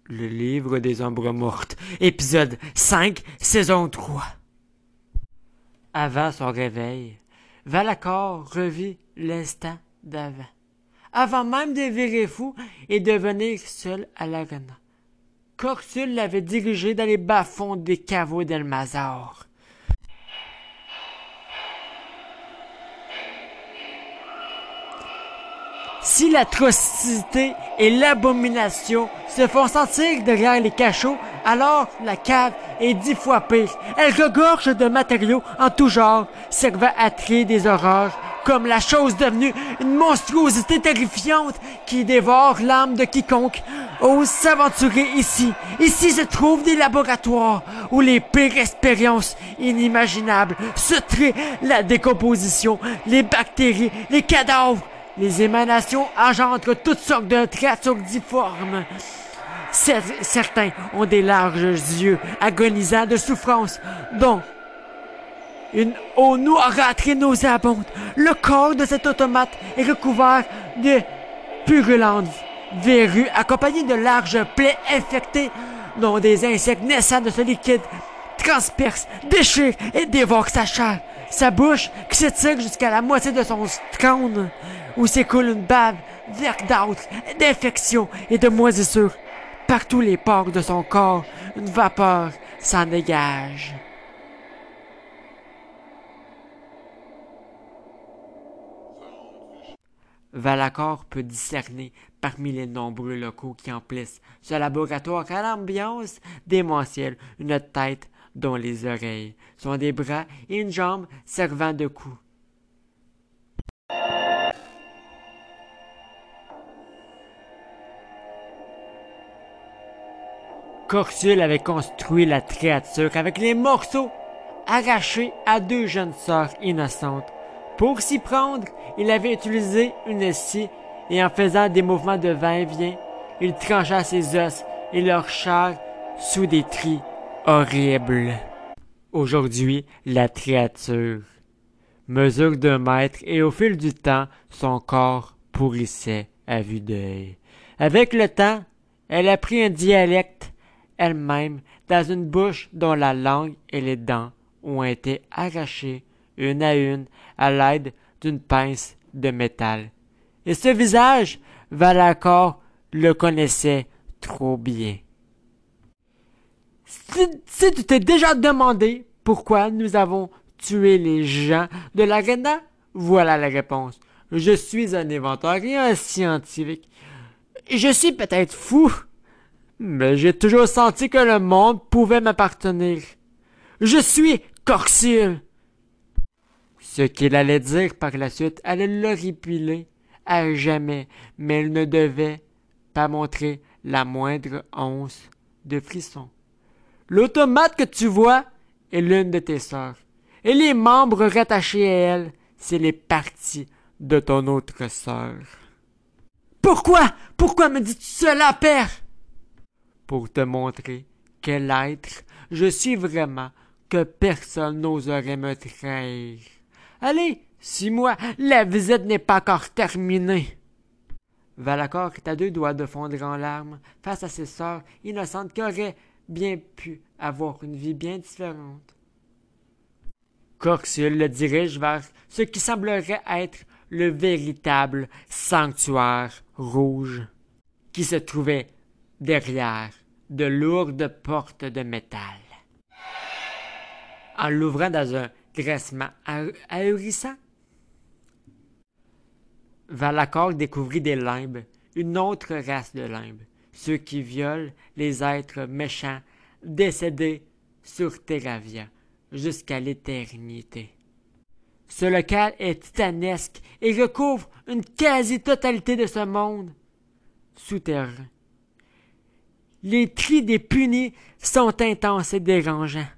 Le livre des ombres mortes, épisode 5, saison 3. Avant son réveil, Valakor revit l'instant d'avant, avant même de virer fou et de venir seul à l'arena. Corsul l'avait dirigé dans les bas-fonds des caveaux d'Elmazar. Si l'atrocité et l'abomination se font sentir derrière les cachots, alors la cave est 10 fois pire. Elle regorge de matériaux en tout genre, servant à trier des horreurs, comme la chose devenue une monstruosité terrifiante qui dévore l'âme de quiconque ose s'aventurer ici. Ici se trouvent des laboratoires où les pires expériences inimaginables se trient la décomposition, les bactéries, les cadavres. Les émanations engendrent toutes sortes de créatures difformes. Certains ont des larges yeux agonisants de souffrance, dont une eau noirâtre et nauséabonde. Le corps de cet automate est recouvert de purulentes verrues accompagnées de larges plaies infectées dont des insectes naissants de ce liquide transpercent, déchirent et dévorent sa chair. Sa bouche qui s'étire jusqu'à la moitié de son crâne, où s'écoule une bave verdâtre d'infection et de moisissure. Par tous les pores de son corps, une vapeur s'en dégage. Valakor peut discerner parmi les nombreux locaux qui emplissent ce laboratoire à l'ambiance démentielle une tête dont les oreilles sont des bras et une jambe servant de cou. Corsul avait construit la créature avec les morceaux arrachés à 2 jeunes sœurs innocentes. Pour s'y prendre, il avait utilisé une scie et en faisant des mouvements de va-et-vient, il trancha ses os et leur chair sous des tris horribles. Aujourd'hui, la créature mesure 2 mètres et au fil du temps, son corps pourrissait à vue d'œil. Avec le temps, elle a pris un dialecte elle-même dans une bouche dont la langue et les dents ont été arrachées une à l'aide d'une pince de métal. Et ce visage, Valakor le connaissait trop bien. Si tu t'es déjà demandé pourquoi nous avons tué les gens de l'arena, voilà la réponse. Je suis un inventeur et un scientifique. Je suis peut-être fou, mais j'ai toujours senti que le monde pouvait m'appartenir. Je suis Corsul. Ce qu'il allait dire par la suite allait l'horripiler à jamais, mais il ne devait pas montrer la moindre once de frisson. L'automate que tu vois est l'une de tes sœurs, et les membres rattachés à elle, c'est les parties de ton autre sœur. Pourquoi? Pourquoi me dis-tu cela, père? Pour te montrer quel être je suis vraiment, que personne n'oserait me trahir. Allez, suis-moi, la visite n'est pas encore terminée. Valakor est à 2 doigts de fondre en larmes face à ses sœurs innocentes qui auraient bien pu avoir une vie bien différente. Corsul le dirige vers ce qui semblerait être le véritable sanctuaire rouge qui se trouvait derrière de lourdes portes de métal. En l'ouvrant dans un grincement ahurissant, Valakor découvrit des limbes, une autre race de limbes, ceux qui violent les êtres méchants décédés sur Terravia jusqu'à l'éternité. Ce local est titanesque et recouvre une quasi-totalité de ce monde souterrain. Les cris des punis sont intenses et dérangeants.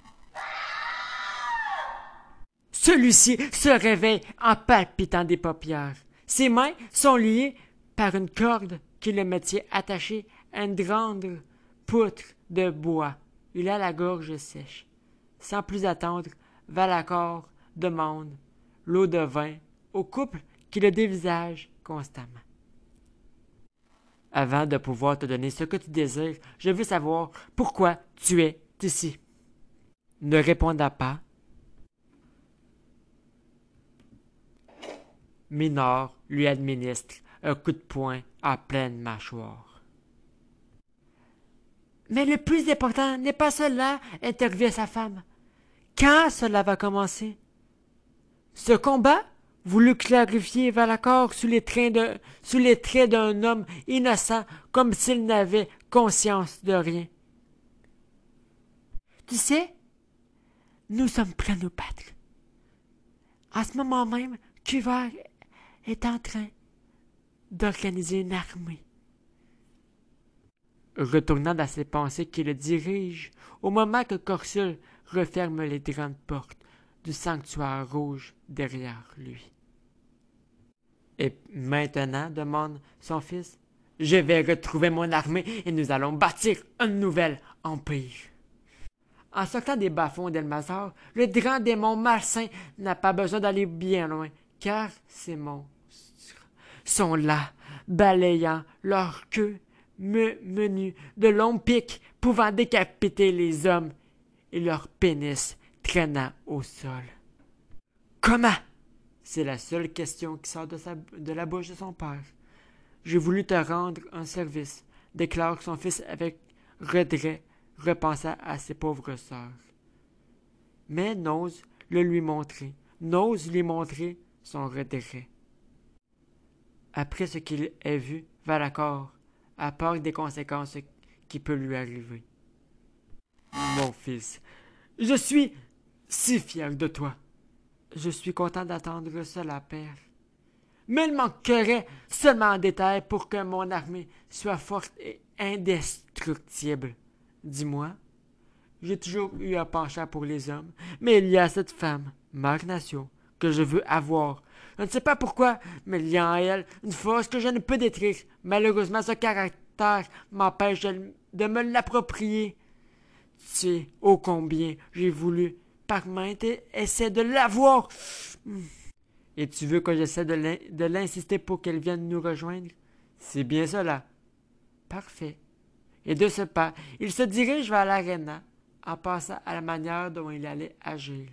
Celui-ci se réveille en palpitant des paupières. Ses mains sont liées par une corde qui le maintient attaché à une grande poutre de bois. Il a la gorge sèche. Sans plus attendre, Valakor demande l'eau de vin au couple qui le dévisage constamment. Avant de pouvoir te donner ce que tu désires, je veux savoir pourquoi tu es ici. » Ne répondant pas, Minor lui administre un coup de poing en pleine mâchoire. « Mais le plus important n'est pas cela, » intervient sa femme. « Quand cela va commencer? » Ce combat, voulut clarifier Valakor sous les traits d'un homme innocent, comme s'il n'avait conscience de rien. « Tu sais, nous sommes prêts à nous battre. En ce moment même, Cuvert est en train d'organiser une armée. » Retournant dans ses pensées qui le dirigent, au moment que Corsul referme les grandes portes du sanctuaire rouge derrière lui. « Et maintenant, demande son fils, je vais retrouver mon armée et nous allons bâtir un nouvel empire. » En sortant des bas-fonds d'Elmazar, le grand démon malsain n'a pas besoin d'aller bien loin, car ces monstres sont là, balayant leur queue menue de longs pics pouvant décapiter les hommes et leur pénis traînant au sol. « Comment? » C'est la seule question qui sort de la bouche de son père. « J'ai voulu te rendre un service, » déclare son fils avec regret, repensant à ses pauvres sœurs. Mais n'ose lui montrer son regret. Après ce qu'il ait vu, Valakor a peur des conséquences qui peuvent lui arriver. « Mon fils, je suis si fier de toi. » « Je suis content d'attendre cela, père. Mais il manquerait seulement un détail pour que mon armée soit forte et indestructible. Dis-moi, j'ai toujours eu un penchant pour les hommes, mais il y a cette femme, Magnatio, que je veux avoir. Je ne sais pas pourquoi, mais il y a en elle une force que je ne peux détruire. Malheureusement, ce caractère m'empêche de me l'approprier. Tu sais ô combien j'ai voulu par maintes essais de l'avoir. Et tu veux que j'essaie de l'insister pour qu'elle vienne nous rejoindre? C'est bien cela. Parfait. Et de ce pas, il se dirige vers l'aréna en pensant à la manière dont il allait agir.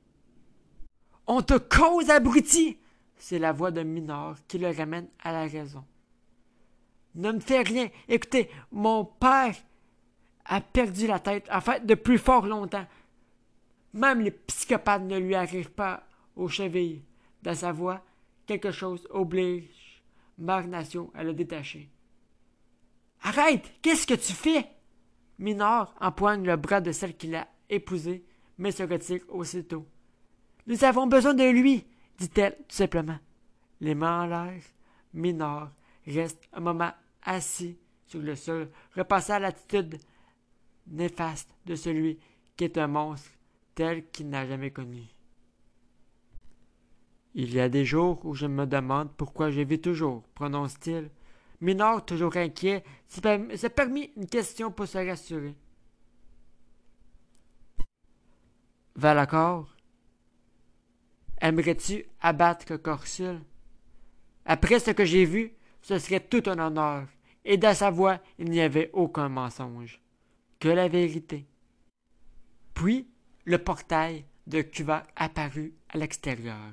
« On te cause, abruti! » C'est la voix de Minor qui le ramène à la raison. « Ne me fais rien. Écoutez, mon père a perdu la tête, en fait, depuis fort longtemps. Même les psychopathes ne lui arrivent pas aux chevilles. » Dans sa voix, quelque chose oblige Magnatio à le détacher. « Arrête! Qu'est-ce que tu fais? » Minor empoigne le bras de celle qu'il a épousée, mais se retire aussitôt. « Nous avons besoin de lui, » dit-elle tout simplement. Les mains en l'air, Minor reste un moment assis sur le sol, repassant à l'attitude néfaste de celui qui est un monstre tel qu'il n'a jamais connu. « Il y a des jours où je me demande pourquoi je vis toujours, » prononce-t-il. Minor, toujours inquiet, se permit une question pour se rassurer. « Valakor, aimerais-tu abattre Corsul? Après ce que j'ai vu, ce serait tout un honneur. » Et dans sa voix, il n'y avait aucun mensonge, que la vérité. Puis, le portail de Cuvert apparut à l'extérieur.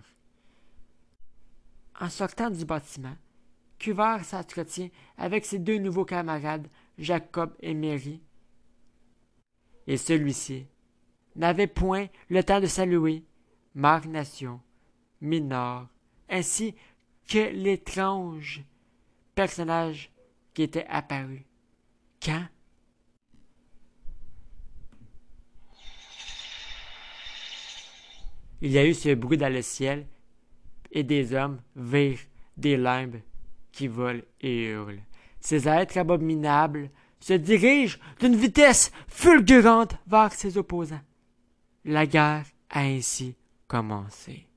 En sortant du bâtiment, Cuvert s'entretient avec ses deux nouveaux camarades, Jacob et Mary. Et celui-ci n'avait point le temps de saluer Magnatio, Minor, ainsi que l'étrange personnage qui était apparu. Quand il y a eu ce bruit dans le ciel, et des hommes virent des limbes qui volent et hurlent. Ces êtres abominables se dirigent d'une vitesse fulgurante vers ses opposants. La guerre a ainsi commencé.